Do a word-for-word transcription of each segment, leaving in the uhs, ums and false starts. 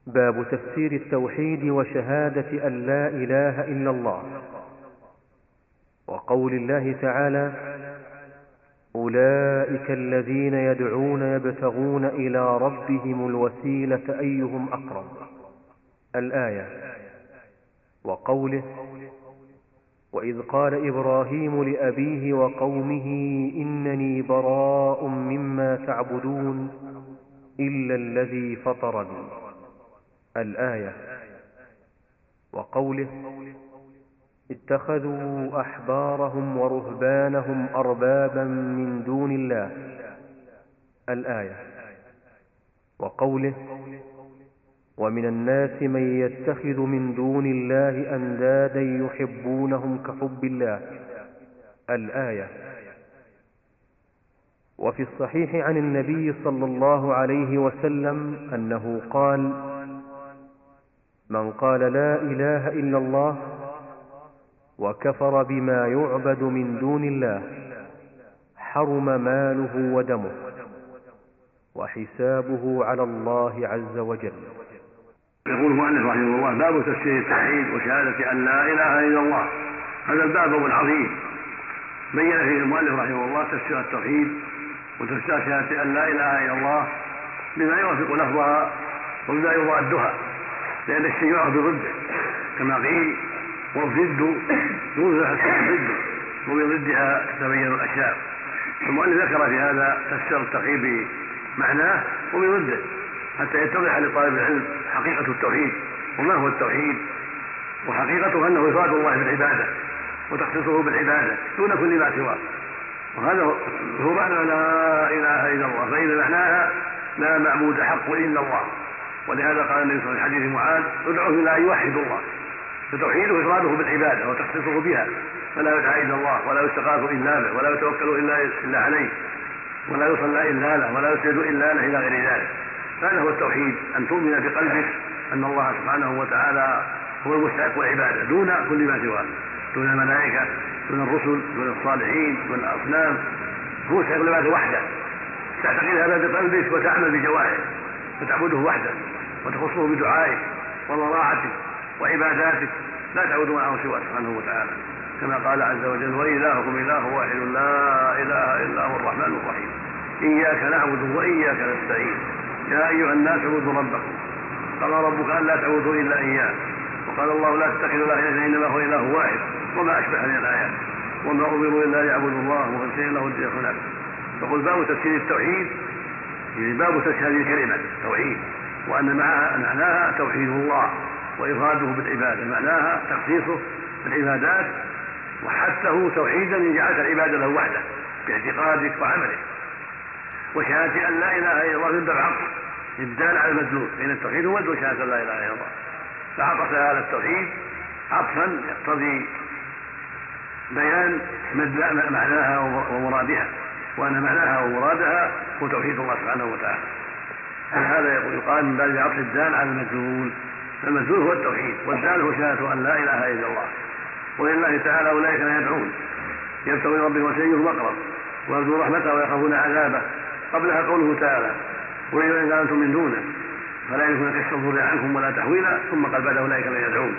باب تفسير التوحيد وشهادة أن لا إله إلا الله، وقول الله تعالى: أولئك الذين يدعون يبتغون إلى ربهم الوسيلة أيهم أقرب، الآية. وقوله: وإذ قال إبراهيم لأبيه وقومه إنني براء مما تعبدون إلا الذي فطرني، الآية. وقوله: اتخذوا أحبارهم ورهبانهم أربابا من دون الله، الآية. وقوله: ومن الناس من يتخذ من دون الله أندادا يحبونهم كحب الله، الآية. وفي الصحيح عن النبي صلى الله عليه وسلم أنه قال: من قال لا إله إلا الله وكفر بما يعبد من دون الله حرم ماله ودمه وحسابه على الله عز وجل. يقول المؤلف رحمه الله: باب تفسير التوحيد وشهادة أن لا إله إلا الله. هذا الباب عظيم بين فيه المؤلف رحمه الله تفسير التوحيد وتفسير شهادة أن لا إله إلا الله بما يوافق لفظها وبما يضادها، لأن الشيء يعرف بضده كما قيل: والضد يوضح الضد وبضدها تتبين الأشياء. المؤلف ذكر في هذا تفسير التوحيد بمعناه وبضده حتى يتضح لطالب العلم حقيقة التوحيد وما هو التوحيد، وحقيقته أنه إفراد الله بالعبادة وتخصيصه بالعبادة دون كل ما سواه، وهذا هو معنى لا إله إلا الله، فإن معناها لا معبود حق إلا الله. ولهذا قال النبي صلى الله عليه وسلم في حديث معاذ: ادعوه إلى أن يوحد الله، فتوحيده إفراده بالعبادة وتخصيصه بها، فلا يدعى إلا الله ولا يستغاث إلا به ولا يتوكل إلا عليه ولا يصلى إلا له ولا يسجد إلا له إلى غير ذلك. هذا هو التوحيد، أن تؤمن بقلبك أن الله سبحانه وتعالى هو المستحق العبادة دون كل ما سواه، دون الملائكة، دون الرسل، دون الصالحين، دون الأصنام. هو مستحق العبادة وحده، تعتقد هذا بقلبك وتعمل بجوارحك فتعبده وحده وتخصه بدعائك وضراعتك وعباداتك، لا تعبد معه سواه سبحانه وتعالى، كما قال عز وجل: وإلهكم إله واحد لا إله إلا هو الرحمن الرحيم، إياك نعبد وإياك نستعين، يا أيها الناس اعبدوا ربكم، قال ربك أن لا تعبدوا إلا إياه، وقال الله: لا تتخذوا إلهين إنما هو إله واحد، وما أشبه من الآيات، وما أمروا إلا ليعبدوا الله مخلصين له الدين حنفاء. فقل باب تفسير التوحيد يعني باب تفسير هذه الكلمة توحيد، وأن معها معناها توحيد الله وإفراده بالعبادة، معناها تخصيصه بالعبادات وحثه توحيدا إن جعلت العبادة له وحده باعتقادك وعملك. وشهادة أن لا إله إلا الله من باب عطف إبدال على المدلول، فإن التوحيد هو مدلول شهادة لا إله إلا الله، فعطف على التوحيد عطفا يقتضي بيان معناها ومرادها، وأن معناها ومرادها هو توحيد الله سبحانه وتعالى. هذا يقال من باب عطف الدال على المدلول، فالمدلول هو التوحيد والدال هو شهادة أن لا إله إلا الله. ولله تعالى: أولئك لا يدعون يبتغون إلى ربهم الوسيلة أيهم أقرب ويرجون رحمته ويخافون عذابه. قبلها قوله تعالى: وإن أنتم من دونه فلا يمكن كشف الضر عنكم ولا تحويلا، ثم قال بعد: أولئك لا يدعون.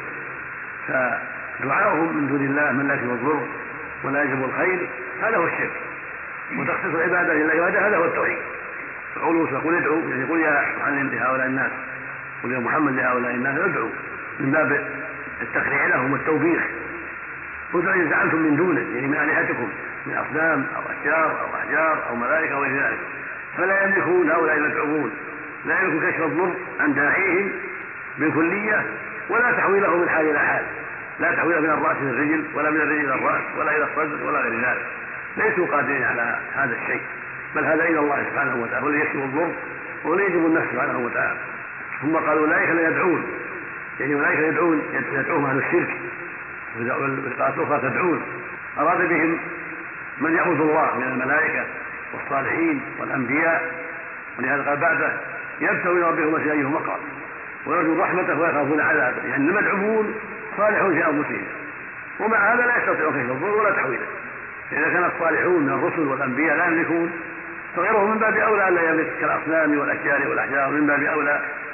فدعاؤهم من دون الله من لا يكشف الضر ولا يجلب الخير هذا هو الشرك، وتخصيص العبادة للعبادة هذا هو التوحيد. فقوله: فقل ادعوا يعني قل يا معلم لهؤلاء الناس، قل يا محمد لهؤلاء الناس ادعوا، من باب التقريع لهم والتوبيخ. ادعوا إن زعمتم من دونه يعني من آلهتكم من أصنام أو أشجار أو أحجار أو ملائكة وغير ذلك، فلا يملكون هؤلاء المدعوون لا يملك كشف الضر عن داعيهم بالكلية ولا تحويله من حال إلى حال، لا تحويله من الرأس إلى الرجل ولا من الرجل إلى الرأس ولا إلى الصدر ولا غير ذلك، ليسوا قادرين على هذا الشيء، بل هذا إلى الله سبحانه وتعالى، والذي يكشف الضر ويجب النفس سبحانه وتعالى. ثم قالوا: أولئك لا يدعون يعني أولئك يدعون يدعوهم أهل الشرك، والقراءة الأخرى تدعون، أراد بهم من يعبد الله من الملائكة والصالحين والأنبياء. ولهذا قال بعده: يبتغون إلى ربهم الوسيلة أيهم أقرب ويرجون رحمته ويخافون عذابه، يعني يعني المدعوون صالحون في أنفسهم، ومع هذا لا يستطيعون كشف الضر ولا تحويله. إذا كان الصالحون من الرسل والأنبياء لا يملكون، فغيرهم من باب أولى أن لا يملك كالأصنام والأشجار والأحجار، من باب أولى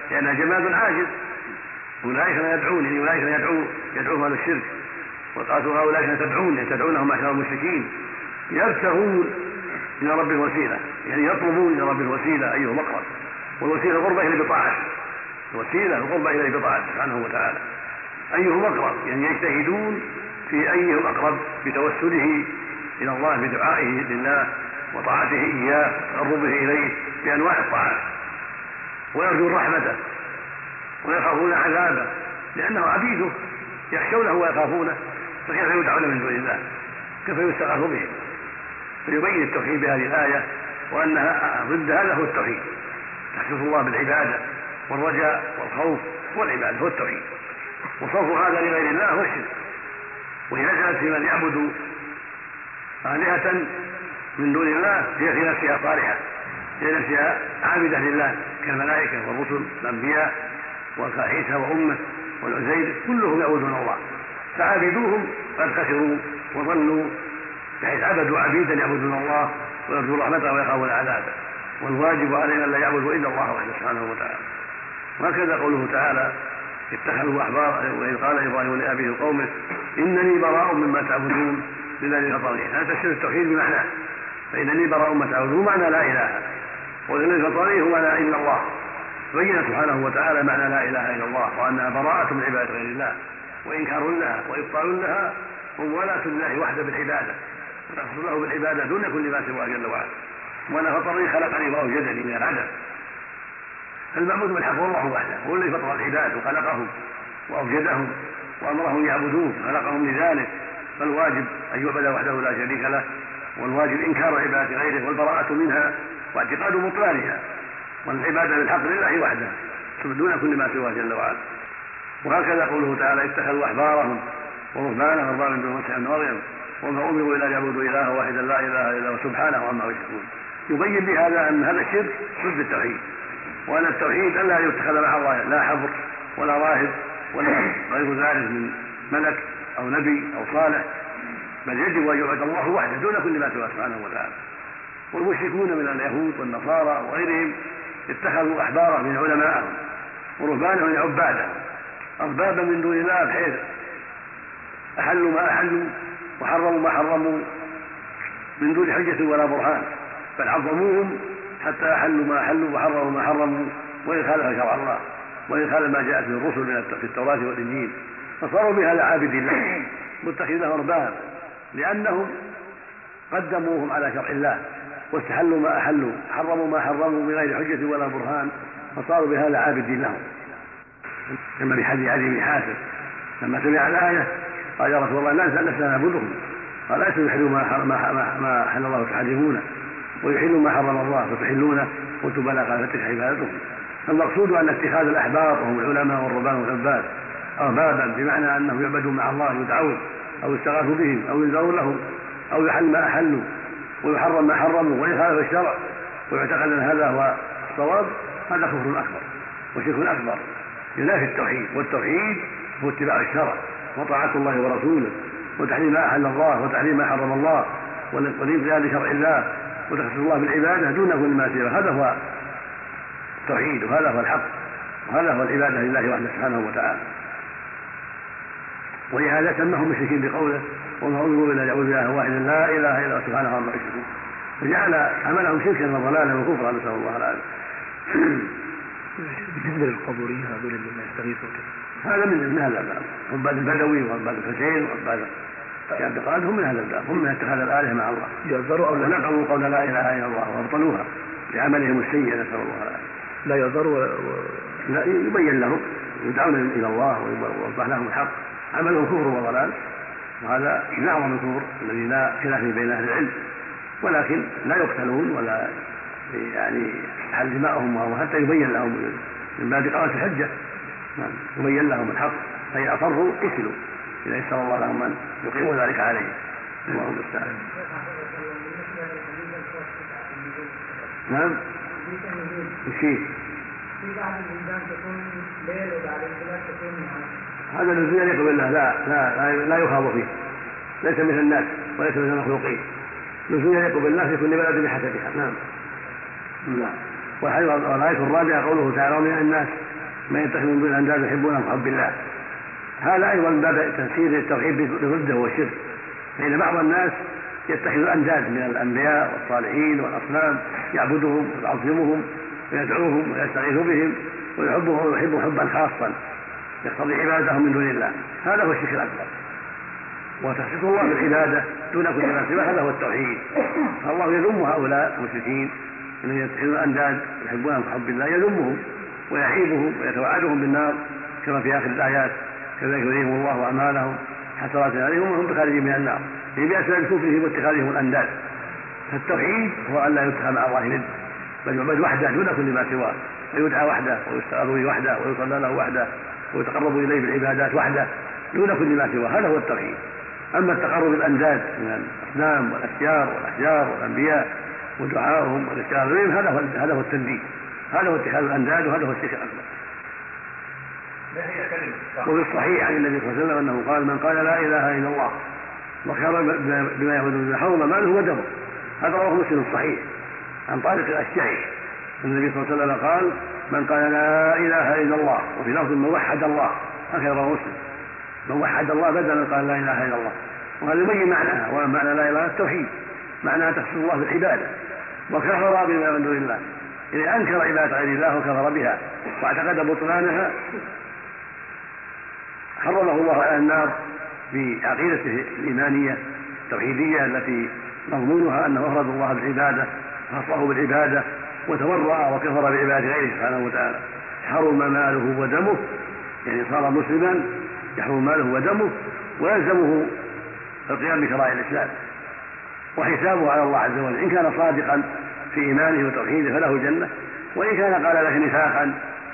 لأنها جماد عاجز. أولئك لا يدعون يعني أولئك لا يدعون يدعوهم على الشرك، وقالت هؤلاء لا تدعون تدعونهم معشر المشركين يبتغون إلى رب الوسيلة، يعني يطلبون إلى رب الوسيلة أيهم أقرب، والوسيلة القربة إليه بطاعته، الوسيلة القربة إليه بطاعته سبحانه وتعالى أيهم أقرب، يعني يجتهدون في أيهم أقرب بتوسله إلى الله بدعائه لله وطاعته إياه وتقربه إليه بأنواع الطاعات، ويرجون رحمته ويخافون عذابه لأنه عبيده يخشونه ويخافونه، فكيف يدعون من دون الله؟ كيف يستغاث بهم؟ فيبين التوحيد بهذه الآية وأنها ضد هذا هو التوحيد، تخصيص الله بالعبادة والرجاء والخوف والعبادة هو التوحيد، وصرف هذا لغير الله هو الشرك. وإن نزلت في من يعبد آلهة من دون الله هي في نفسها صالحة، هي نفسها عابدة لله كالملائكة والرسل والأنبياء وعيسى وأمه والعزير كلهم يعبدون الله، فعابدوهم قد خسروا وضلوا بحيث عبدوا عبيدا يعبدون الله ويرجون رحمته ويخافون عذابه، والواجب علينا لا يعبدوا الا الله وحده سبحانه وتعالى. وهكذا قوله تعالى اتخذوا احبار، واذ قال ابراهيم لابيه وقومه انني براء مما تعبدون لله فطرني، هذا تفسير التوحيد بمعناه، فانني براء مما تعبدون معنى لا اله، والذي فطرني هو معنى الا الله، بين سبحانه وتعالى معنى لا اله الا الله وانها براءة من عبادة غير الله وانكار لها وابطال لها وموالاة الله وحده بالعبادة وتخصص له بالعبادة دون كل ما سواه جل وعلا، وانا فطرني خلقني واوجدني من العدم. فالمعبود بالحق هو الله وحده، هو الذي فطر العباد وخلقهم واوجدهم وامرهم يعبدوه خلقهم لذلك، فالواجب ان يعبد وحده لا شريك له، والواجب انكار عبادة غيره والبراءة منها واعتقاد بطلانها، والعبادة بالحق لله وحده دون كل ما سواه جل وعلا. وهكذا قوله تعالى اتخذوا احبارهم ورهبانهم اربابا من دون المسيح ابن مريم وما امروا الا ليعبدوا الها واحدا لا اله الا هو سبحانه عما يشركون. يبين بهذا ان هذا الشرك ضد التوحيد، وان التوحيد الا يتخذ مع الله لا حبر ولا راهب ولا غير ذلك من ملك او نبي او صالح، بل يجب ان يعبد الله وحده دون كل ما سواه سبحانه وتعالى. والمشركون من اليهود والنصارى وغيرهم اتخذوا احبارهم من علمائهم ورهبانهم عبادهم اربابا من دون الله، بحيث احلوا ما احلوا وحرموا ما حرموا من دون حجة ولا برهان، بل عظموهم حتى احلوا ما احلوا وحرموا ما حرموا وان خالف شرع الله وان خالف ما جاءت به الرسل في التوراة والانجيل، فصاروا بهذا عابدين له متخذين ارباب لانهم قدموهم على شرع الله واستحلوا ما احلوا حرموا ما حرموا بغير حجة ولا برهان، فصاروا بهذا عابدين لهم. كما في حديث عدي بن حاتم لما سمع الآية قال يا رسول الله لا لسنا نعبدهم، قال أنتم يحلوا ما ما حل الله تحرمونه ويحلوا ما حرم الله فتحلونه وانتم بلى قال فتلك عبادتهم. فالمقصود أن اتخاذ الأحبار وهم العلماء والرهبان والعباد أربابا بمعنى أنهم يعبدون مع الله يدعون أو يستغاثوا بهم أو ينذرون لهم أو يحل ما أحلوا ويحرم ما حرموا وإن خالف الشرع ويعتقد أن هذا هو الصواب، هذا كفر أكبر وشرك أكبر ينافي التوحيد. والتوحيد هو اتباع الشرع وطاعة الله ورسوله وتحريم ما أحل الله وتحريم ما حرم الله والانقياد لشرع الله وتخصيص الله بالعبادة دون كل ما سواه، هذا هو التوحيد وهذا هو الحق وهذا هو العبادة لله وحده سبحانه وتعالى. ولهذا سماهم مشركين بقوله وما أمروا إلا يعبدوا إلها واحدا لا إله إلا هو سبحانه عما يشركون، فجعل عملهم شركا وضلالا وكفرا نسأل الله العافية. بالنسبة للقبوريين هذول اللي ما يستغيثوا هذا من هذا الباب، عباد البدوي وعباد الحسين وعباد عبد القادر هم من هذا الباب، هم من اتخاذ الآلهة مع الله يعذروا أو لا ونقضوا قول لا إله إلا الله وابطلوها بعملهم السيء نسأل الله العافية. لا يعذروا و... لا يبين لهم يدعون إلى الله ويوضح لهم الحق، عملهم كفر وضلال، وهذا من أعظم الكفر الذي لا خلاف بين أهل العلم، ولكن لا يقتلون ولا يعني حل دماءهم، وهو حتى يبين لهم من باب قامة الحجة يبين لهم الحق، فإن أصروا قتلوا إذا يسر الله لهم أن يقيموا ذلك عليه. اللهم المستعان. نعم. وشيء هذا الذي يليق بالله لا لا لا يخاض فيه، ليس مثل الناس وليس مثل المخلوقين، الذي يليق بالله في كل بلد بحسبها. نعم. نعم. والآية الرابعة قوله تعالى ومن الناس ما يتخذ من دون الانداد يحبونهم كحب الله. هذا ايضا من باب تفسير التوحيد بالرده والشرك، فان بعض الناس يتخذ الانداد من الانبياء والصالحين والاصنام يعبدهم ويعظمهم ويدعوهم ويستغيث بهم ويحبهم ويحب حبا خاصا يقتضي عبادهم من دون الله. هذا هو الشرك الاكبر، وتخصيص الله بالعباده دون كل ما سواه هذا هو التوحيد. فالله يذم هؤلاء المشركين الذين يتخذون انداد يحبونهم كحب الله، يذمهم ويعيبهم ويتوعدهم بالنار كما في اخر الايات: كذلك يريهم الله اعمالهم حسرات عليهم وهم بخارجين من النار، يعني باسباب كفرهم واتخاذهم الانداد. فالتوحيد هو ان لا يتخذ مع الله ند، بل يعبد وحده دون كل ما سواه، ويدعى وحده ويستغاث به وحده ويصلى له وحده ويتقرب اليه بالعبادات وحده دون كل ما سواه. هذا هو التوحيد. اما التقرب بالأنداد من الاصنام والاشجار والاحجار والانبياء ودعائهم والاستغاثه بهم هذا هو هذا هو التنديد، هذا هو اتخاذ الانداد وهذا هو الشرك الاكبر. وفي الصحيح عن النبي صلى الله عليه وسلم انه قال: من قال لا اله الا الله وكفر بما يعبد من حرم ماله ودمه. هذا رواه مسلم الصحيح عن طارق الاشجعي. النبي صلى الله عليه وسلم قال: من قال لا اله الا الله، وفي لفظ من وحد الله، هكذا رواه مسلم، من وحد الله بدل من قال لا اله الا الله. وهذا يبين معناها، ومعنى لا اله الا الله التوحيد، معناها تخصيص الله بالعباده. وكفر بما من دون الله، إذا أنكر عبادة غير الله وكفر بها واعتقد بطلانها حرمه الله على النار بعقيدته الإيمانية التوحيدية التي مضمونها أنه أفرد الله بالعبادة وخصه بالعبادة وتورع وكفر بعبادة غيره سبحانه وتعالى. حرم ماله ودمه، يعني صار مسلما يحرم ماله ودمه ويلزمه القيام بشرائع الإسلام، وحسابه على الله عز وجل. إن كان صادقا في إيمانه وتوحيده فله الجنة، وإن كان قال له نفاقا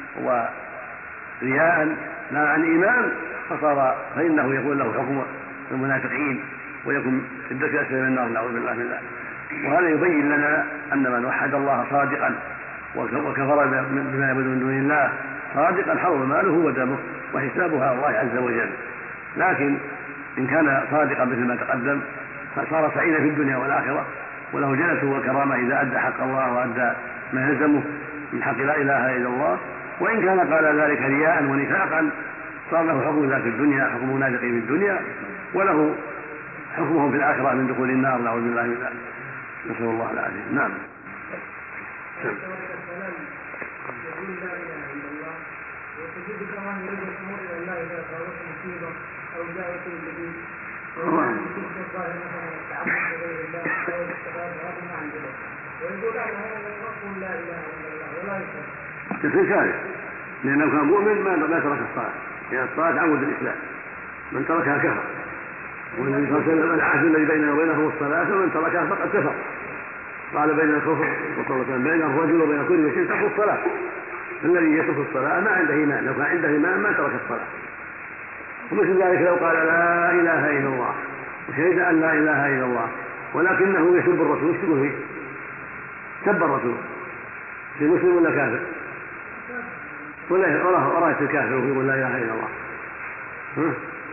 ورياء لا عن إيمان فصار فإنه يقول له حكم المنافقين ويكون في الدرك الأسفل من النار، نعوذ بالله من ذلك. وهذا يبين لنا أن من وحد الله صادقا وكفر بما يعبد من دون الله صادقا حرم ماله ودمه وحسابه على الله عز وجل. لكن إن كان صادقا مثل ما تقدم فصار سعيدا في الدنيا والآخرة، وله جنة وكرامة إذا أدى حق الله وأدى ما يلزمه من حق لا إله إلا الله. وإن كان قال ذلك رياء ونفاقا صار له حكم ذلك في الدنيا، حكم منافقين في الدنيا، وله حكمهم في الآخرة من دخول النار، نعوذ بالله من ذلك، نسأل الله العافية. نعم. كفر كافر، لأنه كان مؤمن ما ترك الصلاة، لأن الصلاة عمود الإسلام، من تركها كفر. والنبي صلى الله عليه وسلم: العهد الذي بيننا وبينهم الصلاة ومن تركها فقد كفر. قال: بين الكفر والصلاة بين الرجل وبين كل شيء ترك الصلاة. الذي يترك الصلاة ما عنده إيمان، لو كان عنده إيمان ما ترك الصلاة. ومثل ذلك لو قال لا إله إلا الله وشهد أن لا إله إلا الله ولكنه يسب الرسول، ايش تقول فيه؟ سب الرسول، في مسلم ولا كافر؟ ولا رأيت الكافر ويقول لا إله إلا الله؟ ها؟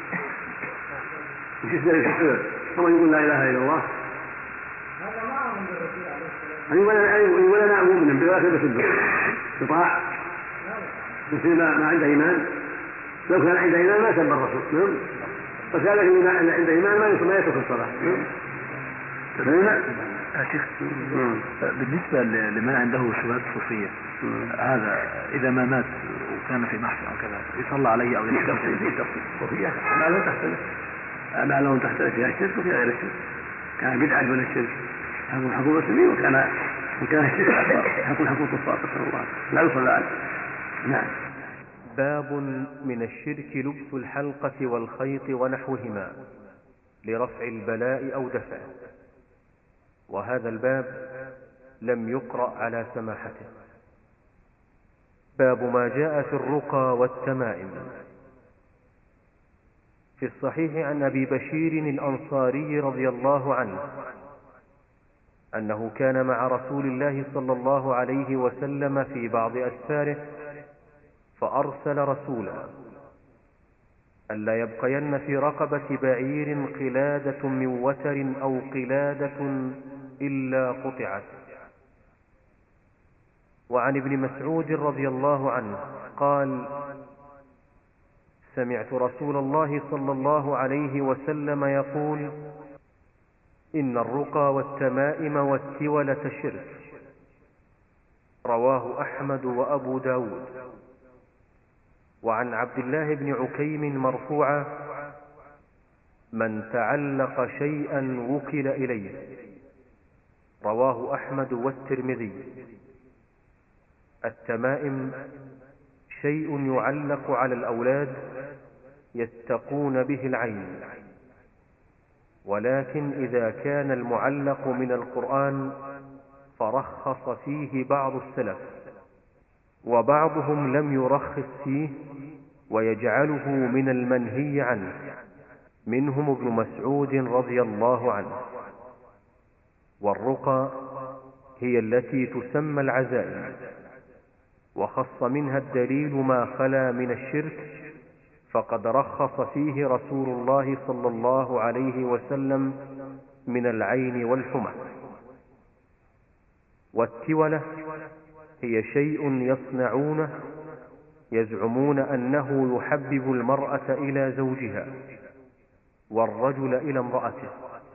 وش يستدل الحسن؟ ثم يقول لا إله إلا الله؟ هذا ما أمن بالرسول عليه السلام. أي ولا أنا مؤمن بذلك بسبه يطاع مثل ما عنده إيمان. لو كان عنده إيمان ما سب الرسول. نعم. وكذلك اللي عنده إيمان ما يترك الصلاة. تفهمنا؟ شيخ، بالنسبة لمن عنده شبهات صوفية، هذا إذا ما مات وكان في محفل أو كذا يصلى عليه أو يشتغل في تفصيل صوفية أعمالهم تختلف، أعمالهم تختلف فيها الشرك وفيها غير الشرك. كان بدعة دون الشرك حكم حكم المسلمين، وكان وكان الشرك أكبر حكم حكم الكفار، نسأل الله لا يصلى عليه. نعم. باب من الشرك لبس الحلقة والخيط ونحوهما لرفع البلاء أو دفعه، وهذا الباب لم يقرأ على سماحته. باب ما جاء في الرقى والتمائم. في الصحيح عن أبي بشير الأنصاري رضي الله عنه أنه كان مع رسول الله صلى الله عليه وسلم في بعض أسفاره، فأرسل رسولا ألا يبقين في رقبة بعير قلادة من وتر أو قلادة إلا قطعت، وعن ابن مسعود رضي الله عنه قال: سمعت رسول الله صلى الله عليه وسلم يقول: إن الرقى والتمائم والتولة شرك. رواه أحمد وأبو داود. وعن عبد الله بن عكيم مرفوعا: من تعلق شيئا وكل إليه. رواه أحمد والترمذي. التمائم شيء يعلق على الأولاد يتقون به العين، ولكن إذا كان المعلق من القرآن فرخص فيه بعض السلف، وبعضهم لم يرخص فيه ويجعله من المنهي عنه، منهم ابن مسعود رضي الله عنه. والرقى هي التي تسمى العزائم، وخص منها الدليل ما خلا من الشرك، فقد رخص فيه رسول الله صلى الله عليه وسلم من العين والحمى. والتولة هي شيء يصنعونه يزعمون أنه يحبب المرأة إلى زوجها والرجل إلى امرأته.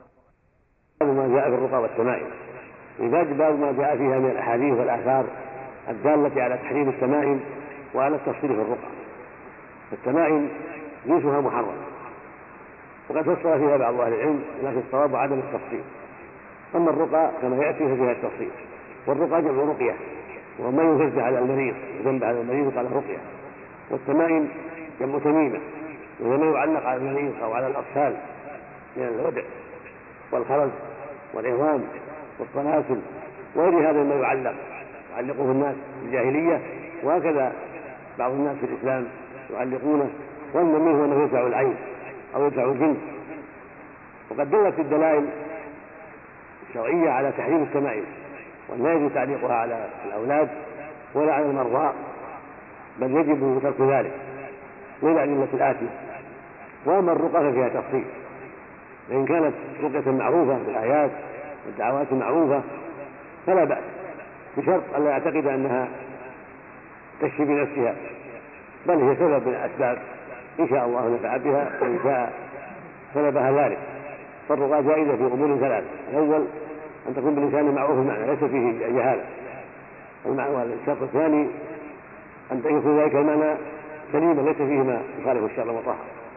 باب ما جاء في الرقى والتمائم. يزاد باب ما جاء فيها من الأحاديث والآثار الدالة على تحريم التمائم وعلى التفصيل في الرقى. التمائم جنسها محرم، وقد فصل فيها بعض أهل العلم، لكن الصواب عدم التفصيل. أما الرقى كما يأتي فيها التفصيل. والرقى جمع رقية، وما ينفذ على المريض وذنب على المريض قال رقية. والتمائم جمع تميمة، وهي ما يعلق على المريض أو على الأطفال من الودع والخرز والعظام والصلاسل وغير هذا ما يعلق يعلقه الناس في الجاهلية، وهكذا بعض الناس في الإسلام يعلقونه، وأن منه أنه يدفع العين أو يدفع الجنس. وقد دلت الدلائل الشرعية على تحريم التمائم، ولا يجب تعليقها على الأولاد ولا على المرضى، بل يجب ترك ذلك للأدلة الآتية. وأما الرقى فيها تفصيل، فإن كانت رقية معروفة بالآيات والدعوات المعروفة فلا بأس، بشرط ألا يعتقد أنها تشفي بنفسها، بل هي سبب من الأسباب، إن شاء الله نفع بها وإن شاء سببها ذلك. فالرقى جائزة في أمور ثلاث: الأول أن تكون بالإنسان معروف المعنى ليس فيه جهالة، والشرط الثاني أن يكون ذلك المعنى سليما ليس فيه ما يخالف الشرع المطهر.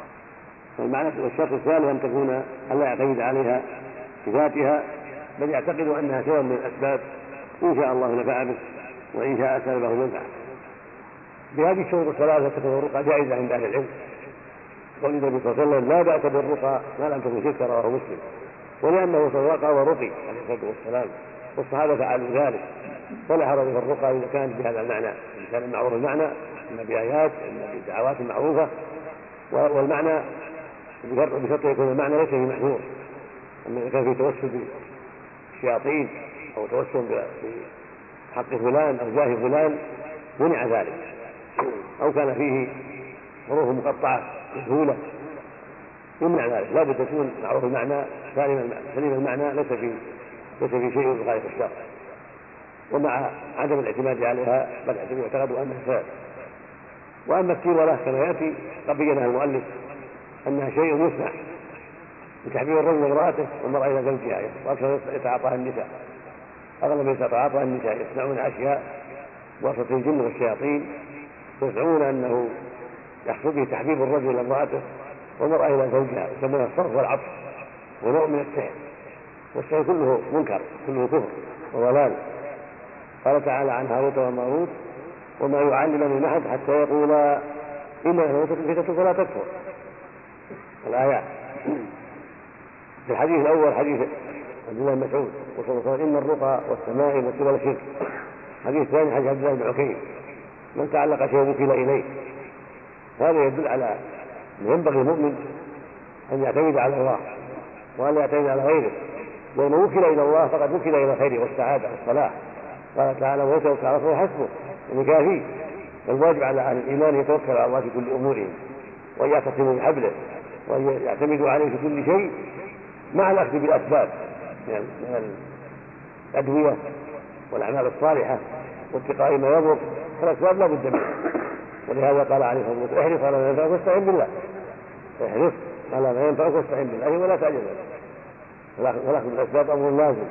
والشرط الثالث أن تكون ألا يعتمد عليها بذاتها، بل يعتقد أنها سبب من الأسباب، إن شاء الله نفع به وإن شاء سببه منفعه. بهذه الشروط الثلاثة تكون الرقى جائزة عند أهل العلم. قول النبي صلى الله عليه وسلم: لا بأس بالرقى ما لم تكن شركا. رواه مسلم. ولأنه ترقى ورقي عليه الصلاة والسلام، والصحابة فعلوا ذلك، فلا حرج في الرقى إذا كانت بهذا المعنى، إن كان المعروف المعنى إما بآيات إما بدعوات معروفة، والمعنى بشرط يكون المعنى ليس فيه محذور. أما إذا كان في توسل بالشياطين أو توسل بحق فلان أو جاه فلان منع ذلك، أو كان فيه حروف مقطعة مجهولة يمنع ذلك. لا بد تكون معروف المعنى سليم المعنى، ليس في ليس في شيء يخالف الشرع، ومع عدم الاعتماد عليها بل يعتقد أنها سبب. وأما التولة كما يأتي قد بينها المؤلف أنها شيء يصنع بتحبيب الرجل امرأته والمرأة إلى زوجها، وأكثر يتعاطاها النساء، أغلب يتعاطاها النساء، يصنعون أشياء بواسطة الجن والشياطين، يزعمون أنه يحصل به تحبيب الرجل إلى امرأته والمرأة إلى زوجها، يسمونها الصرف والعطف ونوع من السحر، والسحر كله منكر كله كفر وضلال. قال تعالى عن هاروت وماروت: وما يعلمان من أحد حتى يقولا إنما نحن فتنة فلا تكفر. الآيات. في الحديث الأول حديث عبد الله بن مسعود وصلى الله عليه وسلم: إن الرقى والتمائم والتولة شرك. الحديث الثاني حديث عبد الله بن عكيم: من تعلق شيء وكل إليه. هذا يدل على أن ينبغي المؤمن أن يعتمد على الله وأن يعتمد على غيره، ومن وكل إلى الله فقد وكل إلى الخير والسعادة والصلاح. قال تعالى: ويتوكل على الله حسبه، يعني كافي. فالواجب على أهل الإيمان يتوكل على الله في كل أمورهم، وأن يعتصموا بحبله، وأن يعتمدوا عليه في كل شيء، مع الأخذ بالأسباب من الأدوية والأعمال الصالحة واتقاء ما يضر، فالأسباب لا بد منها. ولهذا قال عليه الصلاة والسلام احرص على ما ينفعك واستعن بالله. احرص على ما ينفعك واستعن بالله ولا تعجل، والأخذ بالأسباب أمر لازم،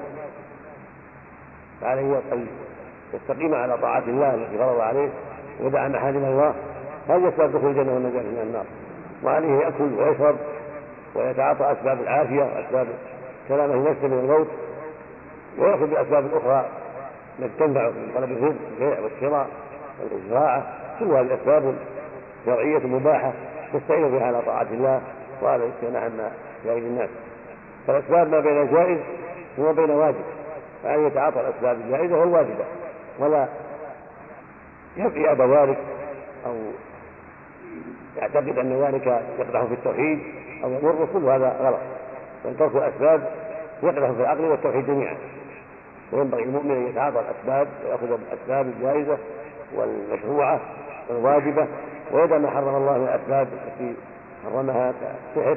فعليه أن يستقيم على طاعة الله التي فرض عليه ويدع محارم الله، هذه أسباب دخول الجنة والنجاة من النار. وعليه يأكل ويشرب ويتعاطى أسباب العافية وأسباب سلامة النفس من الموت، ويأخذ بالأسباب الأخرى التي تنفع من طلب الرزق البيع والشراء والزراعة، كل هذه الأسباب شرعية مباحة تستعين بها على طاعة الله وعلى الاستغناء عما يعيد الناس. فالأسباب ما بين جائز وما بين واجب، فأن يتعاطى الأسباب الجائزة والواجبة ولا يأبى ذلك أو يعتقد أن ذلك يقدح في التوحيد أو يضر، كل هذا غلط، بل ترك الأسباب يقدح في العقل والتوحيد جميعا. وينبغي المؤمن أن يتعاطى الأسباب ويأخذ بالأسباب الجائزة والمشروعة والواجبة، ويدع ما حرم الله من الأسباب التي حرمها كالسحر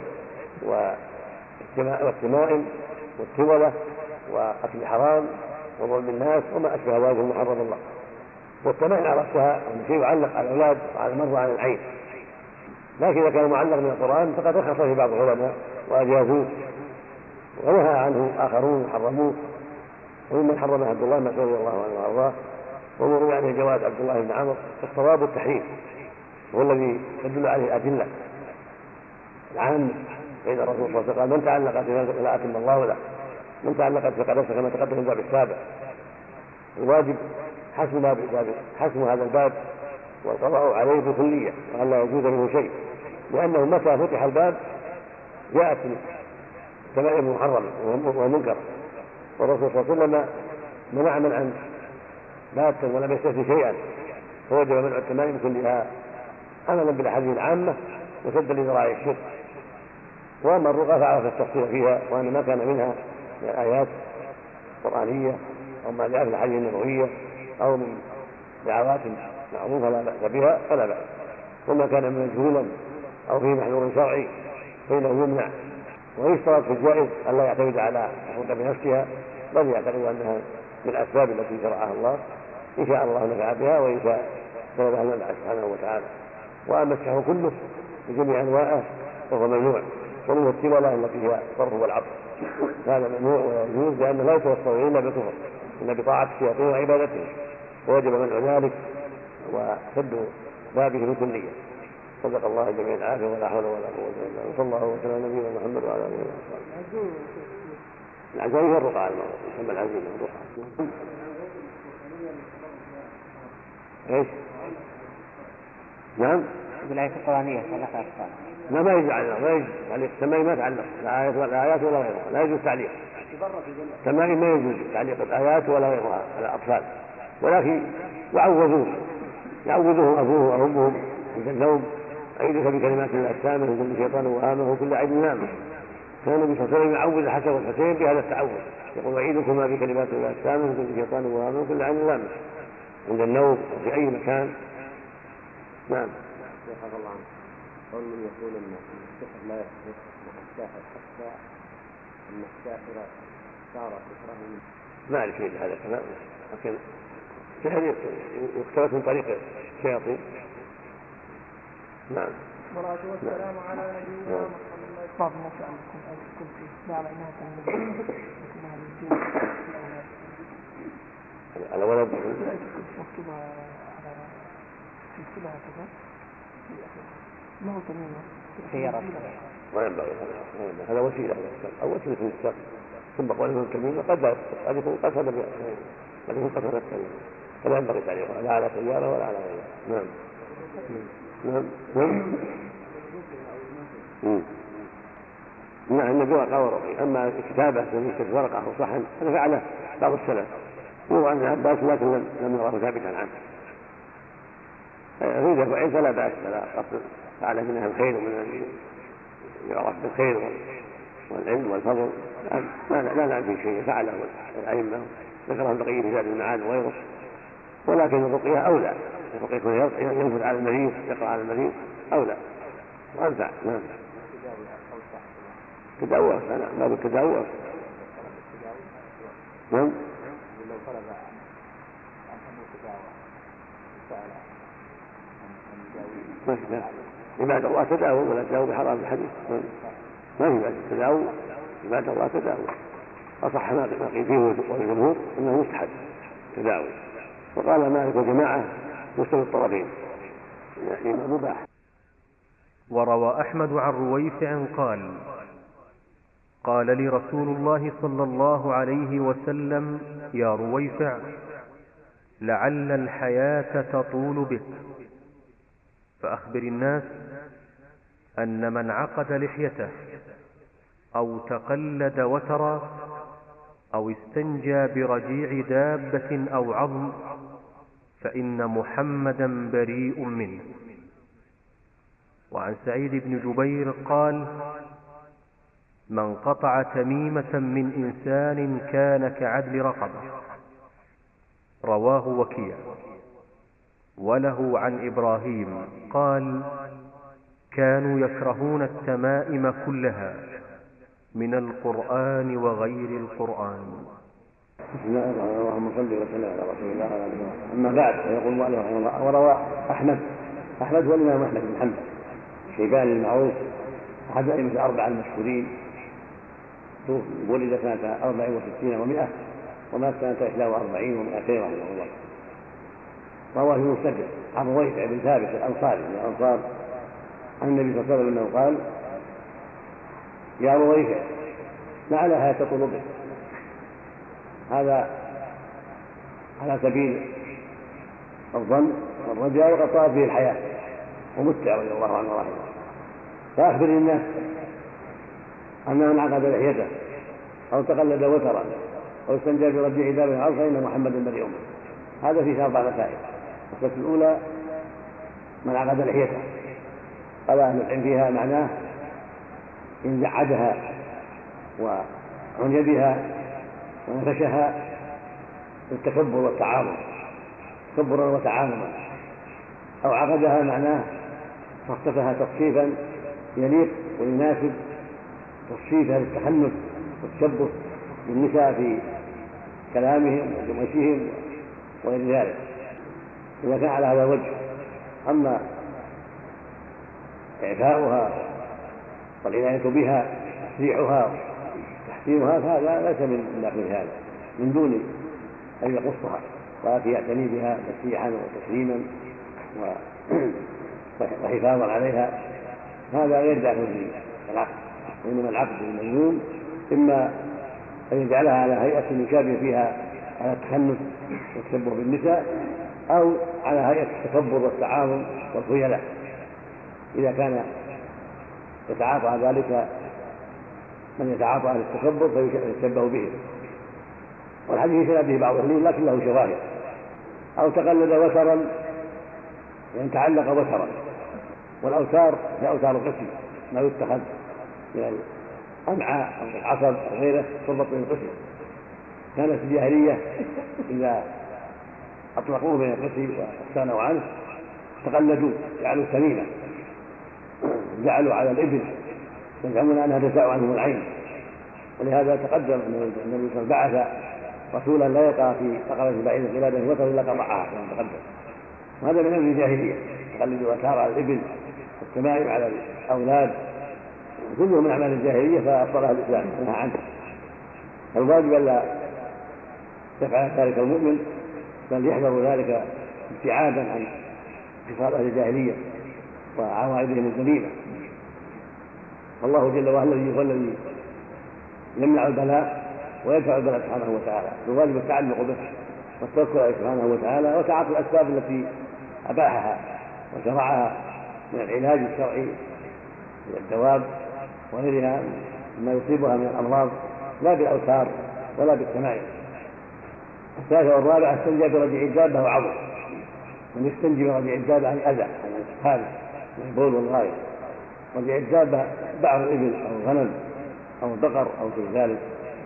والتمائم والتولة وأكل الحرام وظلم الناس وما أشبه ذلك مما حرم الله. والتمائم عرفتها أن شيء يعلق على الأولاد وعلى المرضى عن العين، لكن إذا كان معلق من القرآن فقد رخص في بعض العلماء وأجازوه، ونهى عنه آخرون حرموه، وممن حرمه عبد الله مسعود رضي الله عنه وأرضاه، وروي عنه جواز عبد الله بن عمرو الصواب التحريم، هو الذي تدل عليه الأدلة العامة. فإن الرسول صلى الله عليه وسلم قال من تعلق فلا أتم الله له، من تعلق فقد أفسد كما تقدم في الباب السابع. الواجب حسم باب حسم هذا الباب والقضاء عليه بكلية وأن لا يجوز منه شيء، لأنه متى فتح الباب جاءت التمائم محرمة ومنكرة، والرسول صلى الله عليه وسلم منع منعا باتا ولم يستثني شيئا، فوجب منع التمائم كلها عملا بالاحاديث العامه وسدا لذرائع الشرك. واما الرقى فعرف التفصيل فيها، وان ما كان منها من الايات القرانيه او ما جاء في الاحاديث النبويه او من دعوات معروفه لا باس بها فلا باس، وما كان مجهولا او فيه محذور شرعي فانه يمنع. ويشترط في الجائز ان لا يعتمد على الرقى بنفسها، بل يعتقد انها من الاسباب التي شرعها الله، ان شاء الله نفع بها وان شاء سببها المنع سبحانه وتعالى. واما السحر كله بجميع انواعه فهو ممنوع، ومنه التولة التي هي الصرف والعطف، هذا ممنوع ويجوز لانه لا يتوصل الا بالكفر، ان بطاعه الشياطين وعبادته، ووجب منع ذلك وسد بابه بالكليه. صدق الله جميع العافيه ولا حول ولا قوه الا بالله، وصلى الله وسلم على نبينا محمد وعلى اله وصحبه. العزائم هي الرقعه المعروفه، يسمى العزيمه الرقعه. ايش؟ نعم؟ بالآية القرآنية ثلاثة أقسام. لا ما يجوز تعليق، ما يجوز تعليق التمائم، ما تعلق الآيات ولا الآيات ولا غيرها، لا يجوز تعليق التمائم، ما يجوز تعليق الآيات ولا غيرها على الأطفال، ولكن يعوذوه يعوذوهم أبوه وأمهم عند النوم، أعيذك بكلمات الله التامة من كل شيطان وهامه وكل عين نامه. كان النبي صلى الله عليه وسلم يعوذ الحسن والحسين بهذا التعوذ، يقول أعيذكما بكلمات الله التامة من كل شيطان وهامه وكل عين نامه عند النوم وفي أي مكان. نعم. شيخ الله عنه قول من يقول ان السحر لا يحدث مع الساحر حتى ان الساحر صار سحره منه. ما اعرف شيء هذا الكلام، لكن السحر يقتبس من طريق الشياطين. نعم. والصلاة والسلام على نبينا محمد. بعض الناس عندكم أذكر فيه بعض الناس عندكم على ولد مكتوبة على سلسلة هكذا ما هو تميمة سيارة ما ينبغي هذا وسيلة أو وسيلة من الشر، ثم قوله الكميمة قد لا قد يكون قصد قد يكون قصد الكميمة، فلا ينبغي تعليقها لا على سيارة ولا على غيرها. نعم. نعم. نعم. نعم. النبي ورقة ورقي، أما كتابة من ورقة أو صحن هذا فعله بعض السلف هو عن عباس لكن لم نراه ثابتا عنه. إذا فعل فلا بأس، فلا قصد فعل منها الخير ومن يعرف بالخير والعلم والفضل لا لا نعم في شيء، فعله الأئمة ذكره البقية في زاد المعاد وغيره. ولكن الرقية أولى، الرقية يكون ينفذ على المريض يقرأ على المريض أولى وأنفع. نعم. تداوى أنا باب التداوى. نعم. ما في عبادة الله تداوم ولا تداوم بحرام الحديث، ما في عبادة تداوم، عبادة الله تداوم. أصح ما قيل فيه والجمهور أنه مستحب تداوم، وقال مالك وجماعة مستوى الطرفين يعني مباح. وروى أحمد عن رويفع قال: قال لي رسول الله صلى الله عليه وسلم: يا رويفع، لعل الحياة تطول بك، فأخبر الناس أن من عقد لحيته أو تقلد وترا أو استنجى برجيع دابة أو عظم فإن محمدا بريء منه. وعن سعيد بن جبير قال: من قطع تميمة من إنسان كان كعدل رقبة. رواه وكيع. وله عن إبراهيم قال: كانوا يكرهون التمائم كلها من القرآن وغير القرآن. بسم الله الرحمن الرحيم. اللهم صل وسلم على رسول الله وعلى اله وصحبه. اما بعد، فيقول المؤلف رحمه الله: وروى احمد احمد هو الامام احمد بن حنبل الشيباني المعروف، احد الائمه الاربعه المشهورين، ولد سنه اربع وستين ومائه ومات سنه احدى واربعين ومائتين رحمه الله. رواه في مسجد عن رويفع بن ثابت الانصاري من الانصار عن النبي صلى الله عليه وسلم انه قال: يا رويفع، لعلها تطول بك. هذا على سبيل الظن والرجاء، وقد طالت به الحياة ومتع رضي الله عنه ورحمه. فأخبر الناس أن من عقد لحيته أو تقلد وترا أو استنجى برجيع دابة الأرض فإن محمدا بريء منه. هذا فيه أربع مسائل. المسألة الأولى: من عقد لحيته، قال أهل العلم فيها معناه إن جعدها وعني بها ونفشها التكبر والتعاظم تكبرا وتعاظما، أو عقدها معناه تصفها تصفيفا يليق ويناسب تصفيفها للتحنث والتشبه بالنساء في كلامهم وجمشهم وغير ذلك، إذا كان على هذا الوجه. أما إعفاؤها والعناية بها تسريحها تحسينها فهذا ليس من داخل هذا، من دون أن يقصها، ولكن يعتني بها تسريحا وتكريما وحفاظا عليها، هذا غير داخل في العقد. وإنما العقد المجنون إما أن يجعلها على هيئة يشابه فيها على التخنث والتشبه بالنساء، أو على هيئة التكبر والتعاظم والخيلاء، إذا كان يتعاطى ذلك من يتعاطى على التكبر فيشبه به. والحديث سند به بعض العلماء لكن له شواهد. أو تقلد وترا، يعني تعلق وترا، والأوتار هي أوتار القسم، ما يتخذ من الأمعاء أو العصب أو غيره تربط بين القسم. كانت الجاهلية إذا أطلقوه بين القسم واستغنوا عنه تقلدوا، جعلوا سمينة، جعلوا على الإبل يزعمون أنها تساء عنهم العين. ولهذا تقدم أن النبي صلى الله عليه وسلم بعث رسولا لا يقع في رقبة بعيد قلادة وتر إلا قطعها كما تقدم. وهذا من أمر الجاهلية، تقلدوا الأوتار على الإبل والتمائم على الأولاد، كله من أعمال الجاهلية فأبطلها الإسلام ونهى عنه. الواجب ألا يفعل ذلك المؤمن، بل يحذر ذلك ابتعادا عن خصال أهل الجاهلية وعوائدهم الذميمة. والله جل وعلا هو الذي يمنع البلاء ويدفع البلاء سبحانه وتعالى، الواجب التعلق به والتوكل عليه سبحانه وتعالى وتعاطي الأسباب التي أباحها وشرعها من العلاج الشرعي من الدواب وغيرها مما يصيبها من الأمراض، لا بالأوتار ولا بالتمائم. الثالثة والرابعة: استنجى برجيع الدابة وعظم. من يستنجي برجيع الدابة عن أذى عن الخارج من البول والغائط. رجيع الدابة بعض الإبل أو الغنم أو البقر أو في ذلك،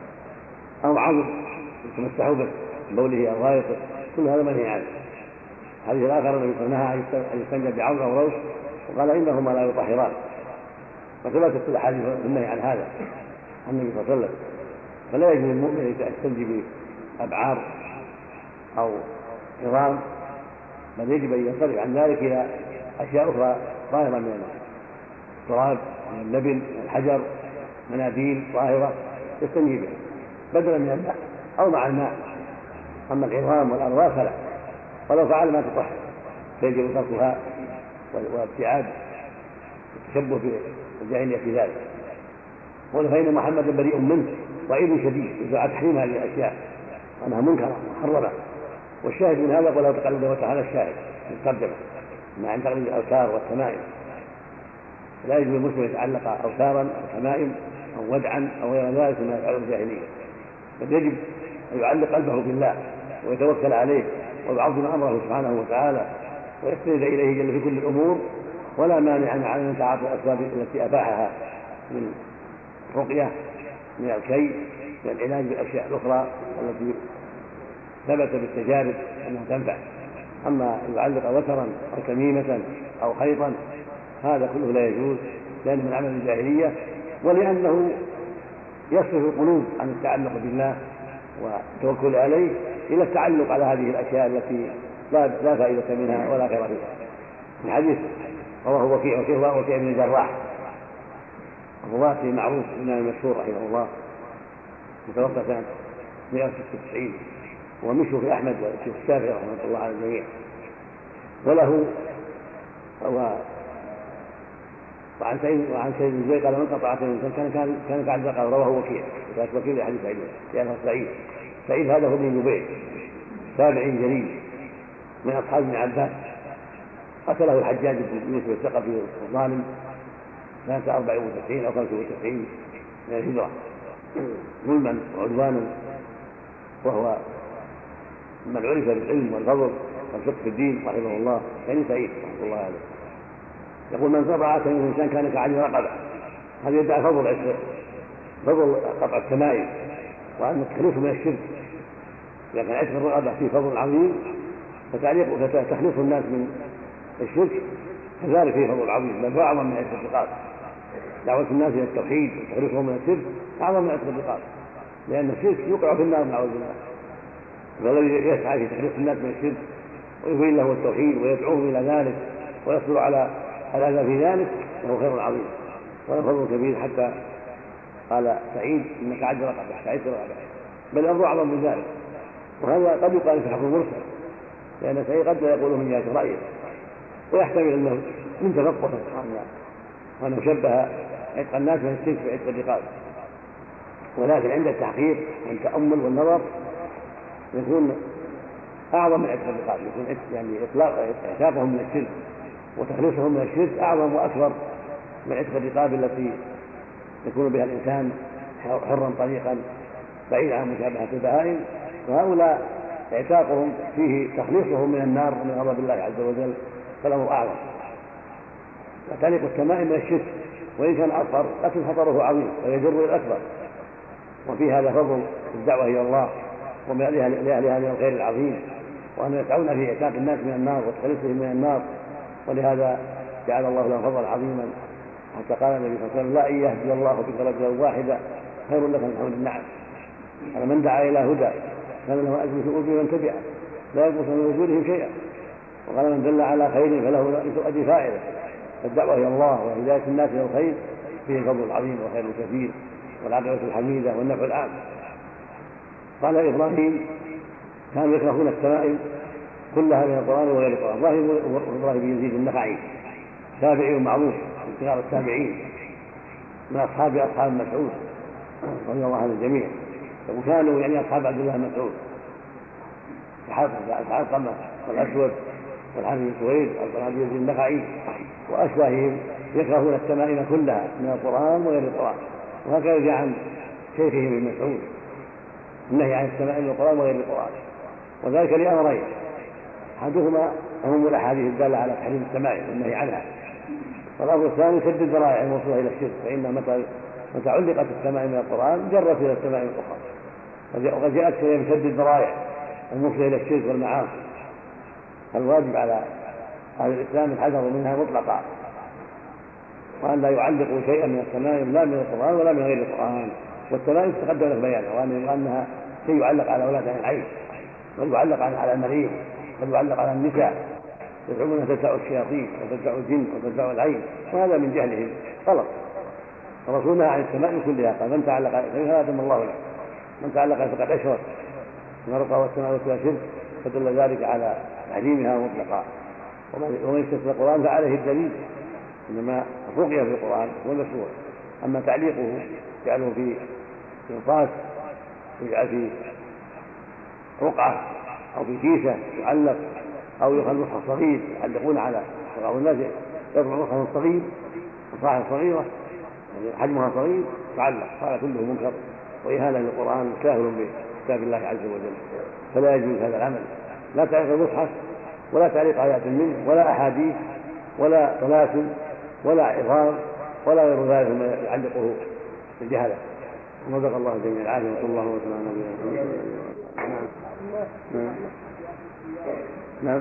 أو عظم يتمسح به بوله أو غائطه، كل هذا منهي عنه. الحديث الآخر الذي نهى أن يستنجى بعظم أو روث، وقال إنهما لا يطهران. وثبتت الأحاديث النهي عن هذا عن النبي صلى الله عليه وسلم. فلا يجوز للمؤمن أن يستنجي بأبعار أو عظام، بل يجب أن ينصرف عن ذلك إلى أشياء أخرى ظاهرة من التراب، من اللبن، من الحجر، مناديل ظاهرة يستنجي بها بدلا من الماء أو مع الماء. أما العظام والأرواح فلا، ولو فعل ما تطهر فيجب تركها وابتعاد التشبه بالجاهلية في ذلك. قل فإن محمدا بريء منه وعيد شديد يدعى تحريم هذه الأشياء وأنها منكرة محرمة. والشاهد من هذا وله تقلد وتعالى الشاهد في الترجمة مع عن تقليد الأوتار والتمائم. لا يجوز المسلم يتعلق أوتارا أو تمائم أو ودعا أو غير ذلك مما يفعله الجاهلية، بل يجب أن يعلق قلبه بالله ويتوكل عليه ويعظم أمره سبحانه وتعالى ويستند إليه جل في كل الأمور، ولا مانع من تعاطي الأسباب التي أباحها من رقية، من الكي، من العلاج بالأشياء الأخرى التي ثبت بالتجارب أنها تنفع. أما يعلق وترا أو تميمة أو خيطا هذا كله لا يجوز، لأنه من عمل الجاهلية، ولأنه يصرف القلوب عن التعلق بالله والتوكل عليه إلى التعلق على هذه الأشياء التي لا لا فائدة منها ولا خير فيها. الحديث رواه وكيع وكيع وكيع بن الجراح الرواة معروف الإمام المشهور رحمه الله متوفى سنة مئة وستة وتسعين، ومشوا في أحمد والشيخ الشافعي رحمه الله على الجميع. وله و وعن سعيد وعن سعيد بن زيد قال من قطعت من كان كان كان كعب قال رواه وكيع وكانت وكيل حديث سعيد لأنه سعيد سعيد هذا هو ابن جبير تابعي جليل من أصحاب ابن عباس، قتله الحجاج بن يوسف الثقفي الظالم سنة أربع وتسعين أو خمسة وتسعين من الهجرة ظلما وعدوانا، وهو من عرف بالعلم والفضل والفقه في الدين رحمه الله يعني سعيد رحمه الله عليه. يقول من قطع عاتا من الإنسان كان كعلي رقبة، هذا يدعي فضل فضل قطع التمائم وأن تخلصه من الشرك، لكن عتق الرقبة فيه فضل عظيم، فتخلص الناس من الشرك كذلك فيه فضل عظيم بل أعظم من عتق الرقاب. دعوة الناس إلى التوحيد وتخلصهم من الشرك أعظم من عتق الرقاب، لأن الشرك يوقع في النار نعوذ بالله، فالذي يسعى في تخليص الناس من الشرك ويبين له التوحيد ويدعوهم إلى ذلك ويصبر على الأذى في ذلك له خير عظيم وله فضل كبير، حتى قال سعيد إنك عد رقبة سعيد رقبة، بل الأمر أعظم من ذلك. وهذا قد يقال في حق المرسل، لأن سعيد قد لا يقوله من جهة رأيه، ويحتمل أنه من تفقه وأنه شبه عتق الناس من الشرك في عتق الرقاب، ولكن عند التحقيق والتأمل والنظر يكون أعظم من عتق الرقاب، يكون يعني إطلاق إعتاقهم من الشرك وتخليصهم من الشرك أعظم وأكبر من عتق الرقاب التي يكون بها الإنسان حرا طريقا بعيد عن مشابهة البهائم. وهؤلاء اعتاقهم فيه تخليصهم من النار ومن غضب الله عز وجل، فالأمر أعظم. وتعليق التمائم من الشرك وإن كان أصغر لكن خطره عظيم ويجر إلى الأكبر، وفي هذا فضل الدعوة إلى الله ولأهلها من الخير العظيم، وأن يسعون في اعتاق الناس من النار وتخليصهم من النار، ولهذا جعل الله لهم فضلا عظيما، حتى قال النبي صلى الله عليه وسلم لا أن يهدي الله بك رجلا واحدا خير لك من حمل النعم. على من دعا إلى هدى كان له أجر في أجور من تبعه لا ينقص من أجورهم شيئا، وقال من دل على خير فله أجر فاعله. فالدعوة إلى الله وهداية الناس إلى الخير فيه الفضل العظيم والخير الكثير والعاقبة الحميدة والنفع العام. قال إبراهيم كانوا يكرهون التمائم كلها من القرآن وغير القرآن. إبراهيم بن يزيد النخعي تابعي معروف من كبار التابعين من أصحاب أصحاب مسعود رضي الله عن الجميع، وكانوا يعني أصحاب عبد الله بن مسعود الحلقمة والأسود والحارث بن سويد والقرآن بن يزيد النخعي وأشباههم يكرهون التمائم كلها من القرآن وغير القرآن. وهكذا يرجع عن شيخه ابن مسعود النهي عن التمائم من القرآن وغير القرآن، وذلك لأمرين: أحدهما هم الأحاديث الدالة على تحريم التمائم والنهي عنها، والأمر الثاني سد الذرائع الموصولة إلى الشرك، فإن متى متى علقت التمائم من القرآن جرت إلى التمائم الأخرى، وقد جاءت شيئا سد الذرائع الموصولة إلى الشرك والمعاصي. الواجب على أهل الإسلام الحذر منها مطلقا، وأن لا يعلقوا شيئا من التمائم لا من القرآن ولا من غير القرآن. والتمائم تقدم لك بيانها، وأنها شيء يعلق على ولاة العين ويعلق على المريض قد يعلق على النساء يزعمون تدفع الشياطين وتدفع الجن وتدفع العين، وهذا من جهلهم غلط. الرسول نهى عن التمائم كلها، قال من تعلق فلا أتم الله له، من تعلق فقد أشرك، من رقى والسماء وكلا شرك، فدل ذلك على تحريمها مطلقا. ومن يستثنى القرآن فعليه الدليل، إنما الرقية في القرآن هو المشروع، أما تعليقه جعله في قرطاس ويجعل في رقعة أو في كيسة يعلق أو يؤخذ مصحف صغير يعلقون على بعض الناس يطبع مصحف صغير مصاحف صغيرة يعني حجمها صغير تعلق، هذا كله منكر وإهانة للقرآن كافر بكتاب الله عز وجل، فلا يجوز هذا العمل، لا تعليق المصحف ولا تعليق آيات منه ولا أحاديث ولا طلاسم ولا عظام ولا غير ذلك مما يعلقه الجهلة. وصدق الله الجميع العافية، وصلى الله وسلم على نبينا محمد. نعم نعم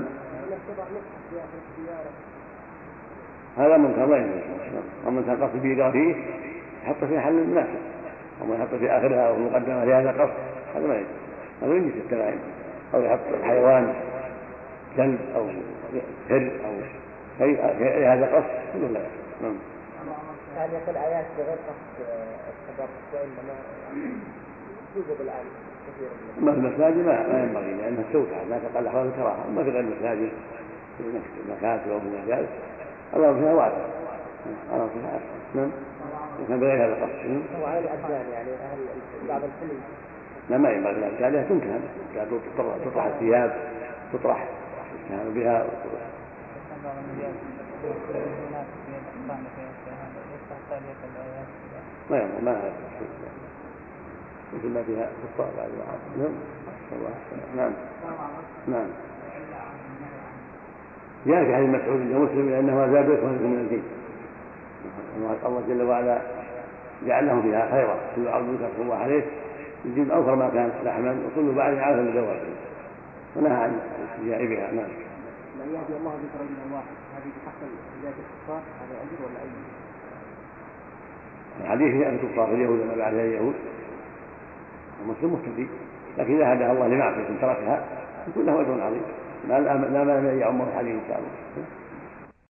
هذا منكر لا يجوز، ومن كان قصد به يقرأ فيه يحط في حل مناسب، ومن يحط في آخرها ومقدمة لهذا القصد هذا ما يجوز، هذا يجوز التمائم، أو يحط الحيوان كلب أو هر أو أي هذا قصد كله لا يجوز. هل يقول آيات بغير قصد السبب وإنما يوجد الآن كثير من المساجد ما ينبغي لأنها التوسعة لا تقل أحوال الكراهة، أما في غير المساجد في المكاتب أو في المجالس الله فيها واسع، الله فيها واسع. نعم كان بغير هذا القصد. وعلى الأبدان يعني أهل بعض الحلم لا ما ينبغي ذلك، عليها تنكهن تطرح الثياب تطرح يستهان بها ما ينبغي ما هذا مثل ما فيها خطاب بعد العصر. نعم الله نعم نعم جاء في حديث مسعود عند مسلم لأنه زاد يكون من الجن، الله جل وعلا جعل لهم فيها خيرا، كل عرض يكفر الله عليه يجيب أوفر ما كان لحما وكل بعد عافى بزواجه، ونهى عن الاستجاء بها. نعم من يهدي الله بك رجلا واحد هذه بحسب ذات الكفار هذا أجر ولا أجر؟ الحديث في الكفار اليهود وما بعدها اليهود المسلم مهتدي، لكن إذا هداها الله لمعصية تركها يكون له أجر عظيم، لا لا ما يعمه الحديث إن شاء الله.